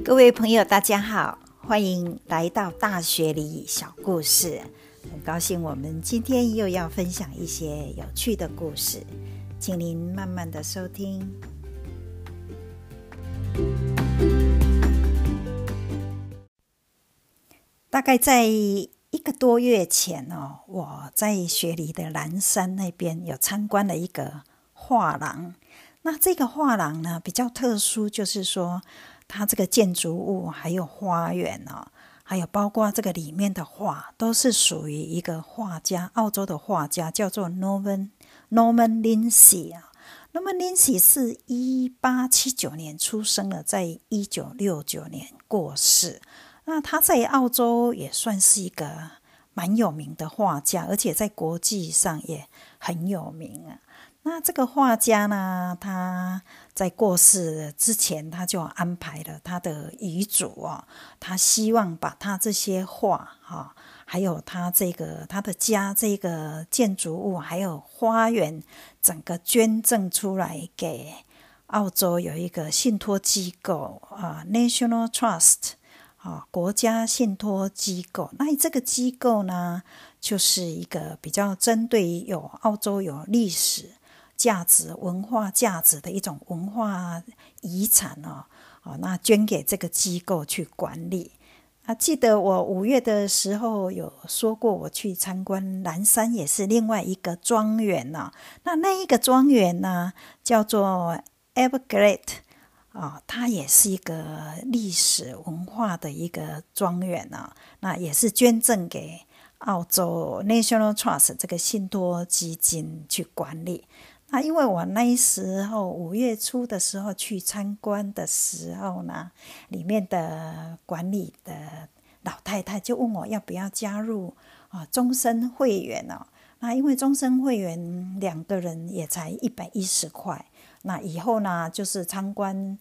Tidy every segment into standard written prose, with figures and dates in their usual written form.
各位朋友大家好，欢迎来到大学里小故事。很高兴我们今天又要分享一些有趣的故事，请您慢慢的收听。大概在1个多月前我在雪梨的蓝山那边有参观了一个画廊。那这个画廊呢比较特殊，就是说它这个建筑物还有花园还有包括这个里面的画都是属于一个画家，澳洲的画家叫做 Norman Lindsay。 Norman Lindsay 是1879年出生的，在1969年过世。那他在澳洲也算是一个蛮有名的画家，而且在国际上也很有名啊。那这个画家呢，他在过世之前他就安排了他的遗嘱他希望把他这些画还有他的家这个建筑物还有花园整个捐赠出来给澳洲有一个信托机构National Trust国家信托机构。那这个机构呢，就是一个比较针对澳洲有历史价值、文化价值的一种文化遗产那捐给这个机构去管理。记得我5月的时候有说过，我去参观蓝山也是另外一个庄园那一个庄园呢叫做 Everglade它也是一个历史文化的一个庄园那也是捐赠给澳洲 National Trust 这个信托基金去管理。那因为我那时候5月初的时候去参观的时候呢，里面的管理的老太太就问我要不要加入终身会员那因为终身会员2个人也才110块。那以后呢，就是参观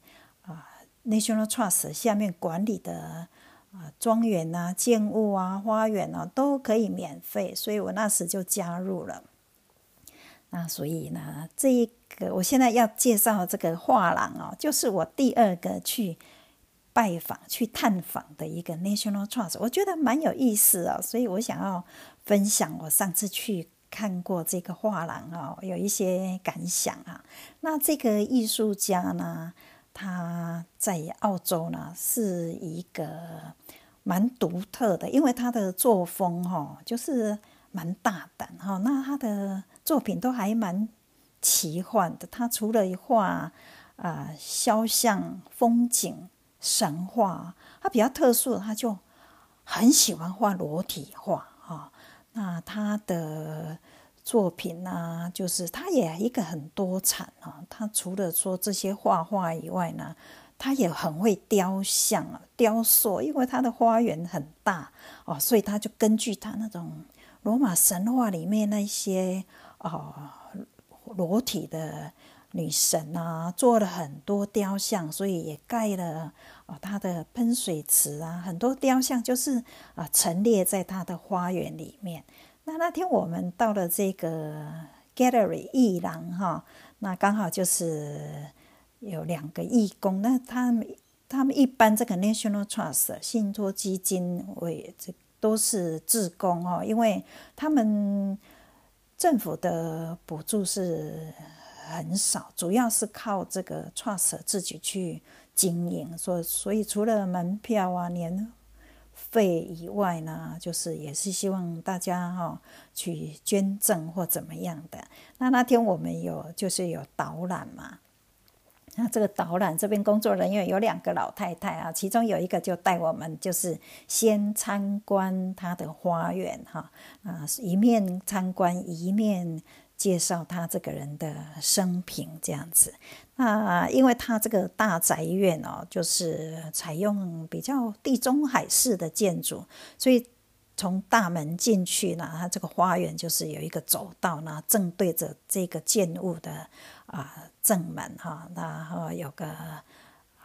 National Trust 下面管理的庄园建物花园都可以免费，所以我那时就加入了。那所以呢，这个我现在要介绍这个画廊就是我第2个去拜访去探访的一个 National Trust， 我觉得蛮有意思所以我想要分享我上次去看过这个画廊有一些感想那这个艺术家呢，他在澳洲呢是一个蛮独特的，因为他的作风就是蛮大胆那他的作品都还蛮奇幻的。他除了画肖像、风景、神话，他比较特殊的，他就很喜欢画裸体画那他的作品呢，就是他也一个很多产他除了说这些画画以外呢，他也很会雕像雕塑，因为他的花园很大所以他就根据他那种罗马神话里面那些裸体的女神做了很多雕像，所以也盖了他的喷水池很多雕像就是陈列在他的花园里面。那天我们到了这个 Gallery 艺廊那刚好就是有2个义工，那他们一般这个 National Trust 信托基金都是志工因为他们政府的补助是很少，主要是靠这个 Trust 自己去经营，所以除了门票年费以外呢，就是也是希望大家去捐赠或怎么样的。那天我们就是有导览嘛，那这个导览这边工作人员有2个老太太其中有一个就带我们就是先参观他的花园一面参观一面介绍他这个人的生平这样子。那因为他这个大宅院就是采用比较地中海式的建筑，所以从大门进去呢，它这个花园就是有一个走道呢，正对着这个建物的正门然后有个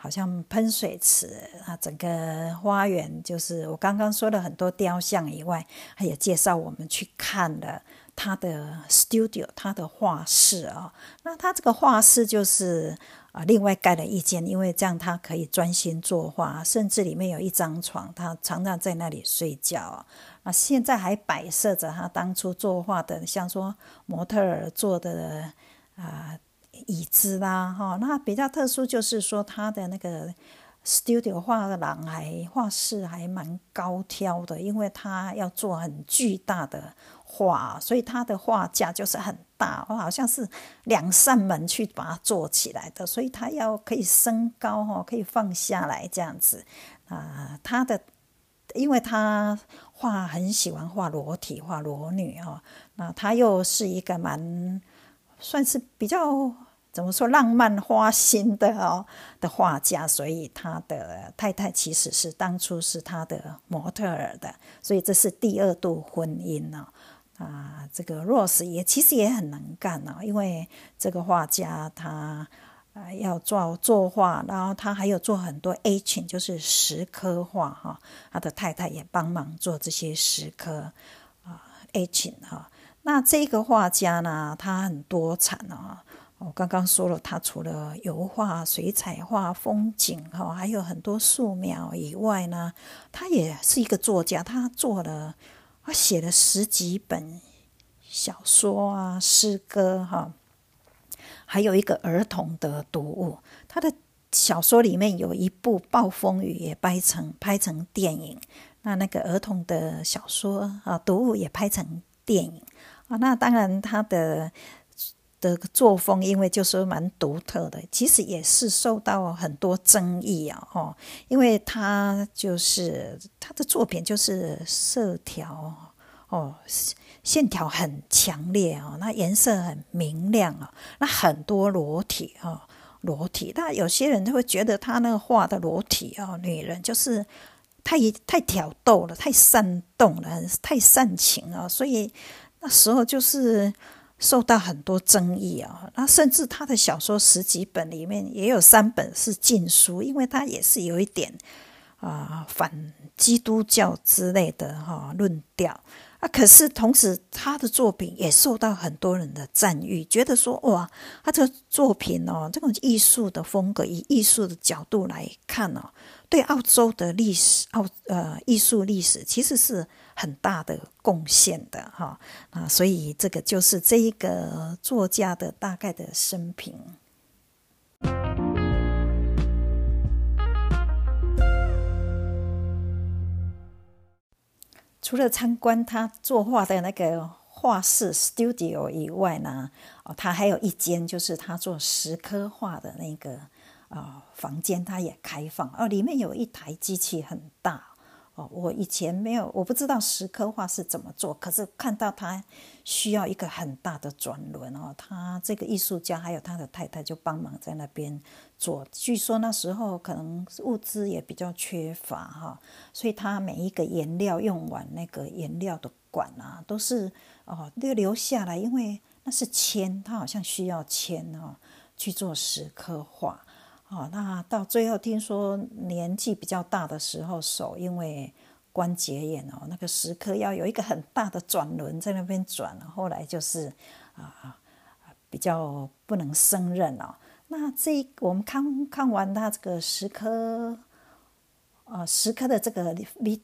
好像喷水池啊，整个花园就是我刚刚说的很多雕像以外，还有介绍我们去看了他的 studio， 他的画室啊。那他这个画室就是另外盖了一间，因为这样他可以专心作画，甚至里面有一张床，他常常在那里睡觉啊。现在还摆设着他当初作画的，像说模特儿做的椅子啦，那比较特殊就是说他的那个 studio 画室还蛮高挑的，因为他要做很巨大的画，所以他的画架就是很大，好像是2扇门去把它做起来的，所以他要可以升高，可以放下来这样子因为他很喜欢画裸体画裸女那他又是一个算是比较怎么说浪漫花心的画家，所以他的太太其实是当初是他的模特儿的，所以这是第2度婚姻这个 Rose 其实也很能干因为这个画家他要作画，然后他还有做很多 etching， 就是石刻画他的太太也帮忙做这些石刻etching 那这个画家呢，他很多产我刚刚说了，他除了油画、水彩画、风景还有很多素描以外呢，他也是一个作家，他写了10几本小说诗歌还有一个儿童的读物。他的小说里面有一部《暴风雨》也拍成电影，那个儿童的小说读物也拍成电影那当然他的作风因为就是蛮独特的，其实也是受到很多争议因为他的作品就是色条线条很强烈那颜色很明亮那很多裸体那有些人会觉得他那个画的裸体女人就是太挑逗了，太煽动了，太煽情所以那时候就是受到很多争议那甚至他的小说10几本里面也有3本是禁书，因为他也是有一点反基督教之类的论调可是同时他的作品也受到很多人的赞誉，觉得说哇，他这个作品这种艺术的风格，以艺术的角度来看对澳洲的历史艺术历史其实是很大的贡献的所以这个就是这一个作家的大概的生平。除了参观他作画的那个画室 studio 以外呢他还有一间就是他做石刻画的那个房间，他也开放里面有一台机器很大我以前我不知道石刻画是怎么做，可是看到他需要一个很大的转轮他这个艺术家还有他的太太就帮忙在那边做，据说那时候可能物资也比较缺乏所以他每一个颜料用完那个颜料的管都是留下来，因为那是铅，他好像需要铅去做石刻画那到最后听说年纪比较大的时候，手因为关节炎那个石刻要有一个很大的转轮在那边转后来就是比较不能胜任那我们看完他这个石刻的这个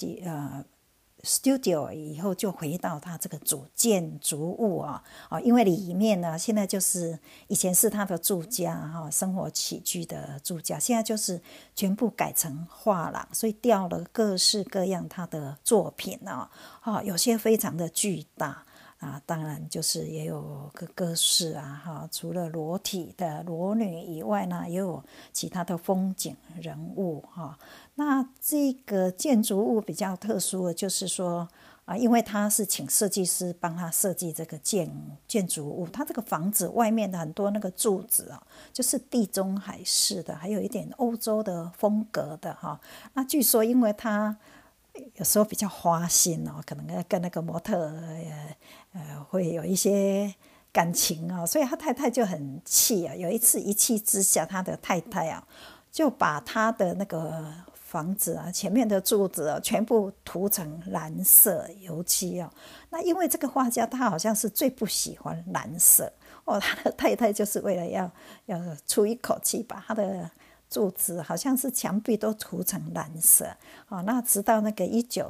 studio 以后，就回到他这个主建筑物因为里面呢现在就是以前是他的住家生活起居的住家，现在就是全部改成画廊，所以调了各式各样他的作品有些非常的巨大当然就是也有各式除了裸体的裸女以外呢，也有其他的风景人物那这个建筑物比较特殊的就是说因为他是请设计师帮他设计这个建筑物，他这个房子外面的很多那个柱子就是地中海式的，还有一点欧洲的风格的那据说因为他有时候比较花心可能跟那个模特会有一些感情所以他太太就很气有一次一气之下，他的太太就把他的那个房子啊，前面的柱子啊，全部涂成蓝色油漆哦。那因为这个画家他好像是最不喜欢蓝色哦，他的太太就是为了要出一口气，把他的柱子好像是墙壁都涂成蓝色哦。那直到那个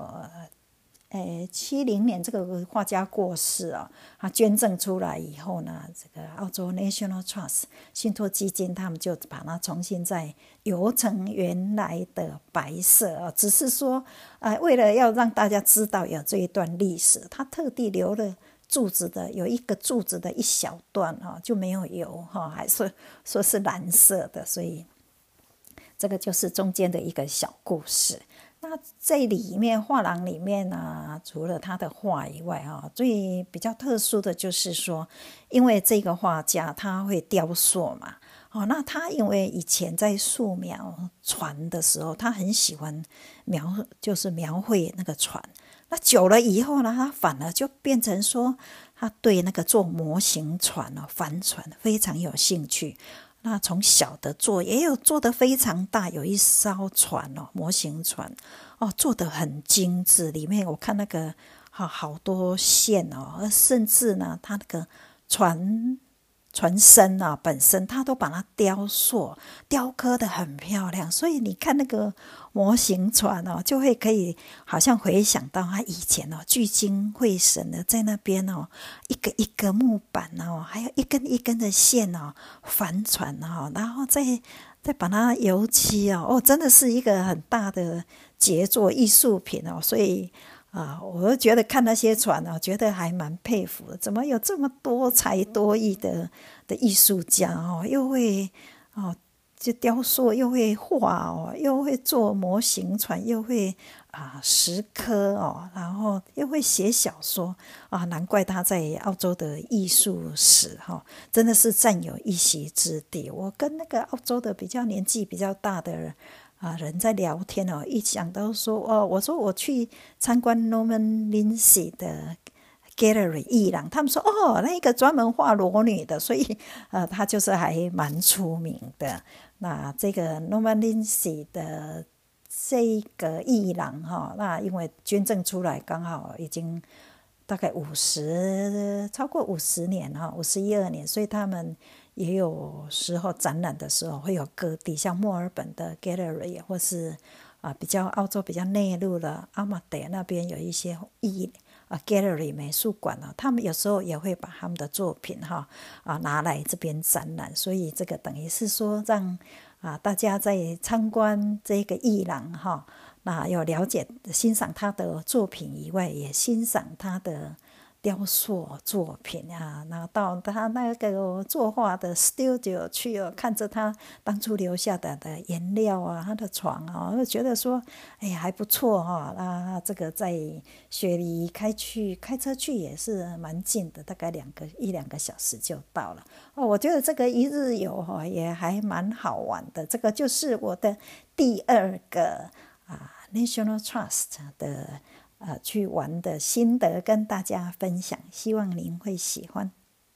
1970年这个画家过世啊，他捐赠出来以后呢，这个澳洲 National Trust 信托基金他们就把它重新再油成原来的白色啊，只是说为了要让大家知道有这一段历史，他特地留了有一个柱子的一小段就没有油还说是蓝色的，所以这个就是中间的一个小故事。那这里面画廊里面呢，除了他的画以外最比较特殊的就是说，因为这个画家他会雕塑嘛，那他因为以前在素描船的时候，他很喜欢描绘那个船。那久了以后呢，他反而就变成说，他对那个做模型船帆船非常有兴趣。那从小的做也有做得非常大，有一艘船模型船做得很精致，里面我看那个好多线甚至呢它那个船身本身它都把它雕刻得很漂亮，所以你看那个模型船就会可以好像回想到他以前聚精会神的在那边一个一个木板还有一根一根的线帆船然后再把它油漆真的是一个很大的杰作艺术品所以我觉得看那些船觉得还蛮佩服的，怎么有这么多才多艺的艺术家又会就雕塑，又会画又会做模型船，又会石刻然后又会写小说难怪他在澳洲的艺术史真的是占有一席之地。我跟那个澳洲的年纪比较大的人在聊天一讲到说我说我去参观 Norman Lindsay 的 Gallery 艺廊，他们说那个专门画裸女的，所以他就是还蛮出名的。那这个 Norman Lindsay 的这个艺廊那因为捐赠出来刚好已经大概超过50年51年，所以他们也有时候展览的时候会有各地，像墨尔本的 Gallery 或是澳洲比较内陆的阿马德那边有一些Gallery 美术馆他们有时候也会把他们的作品拿来这边展览，所以这个等于是说让大家在参观这个艺廊那有了解欣赏他的作品以外，也欣赏他的雕塑作品然后到他那个作画的 studio 去看着他当初留下的颜料他的床就觉得说还不错那这个在雪梨开车去也是蛮近的，大概一两个小时就到了我觉得这个一日游也还蛮好玩的。这个就是我的第二个National Trust 的去玩的心得跟大家分享，希望您会喜欢。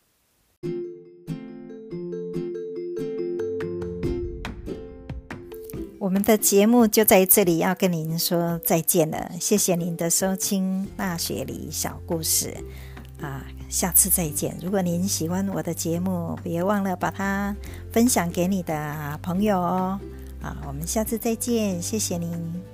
我们的节目就在这里要跟您说再见了，谢谢您的收听大雪梨小故事下次再见。如果您喜欢我的节目，别忘了把它分享给你的朋友我们下次再见，谢谢您。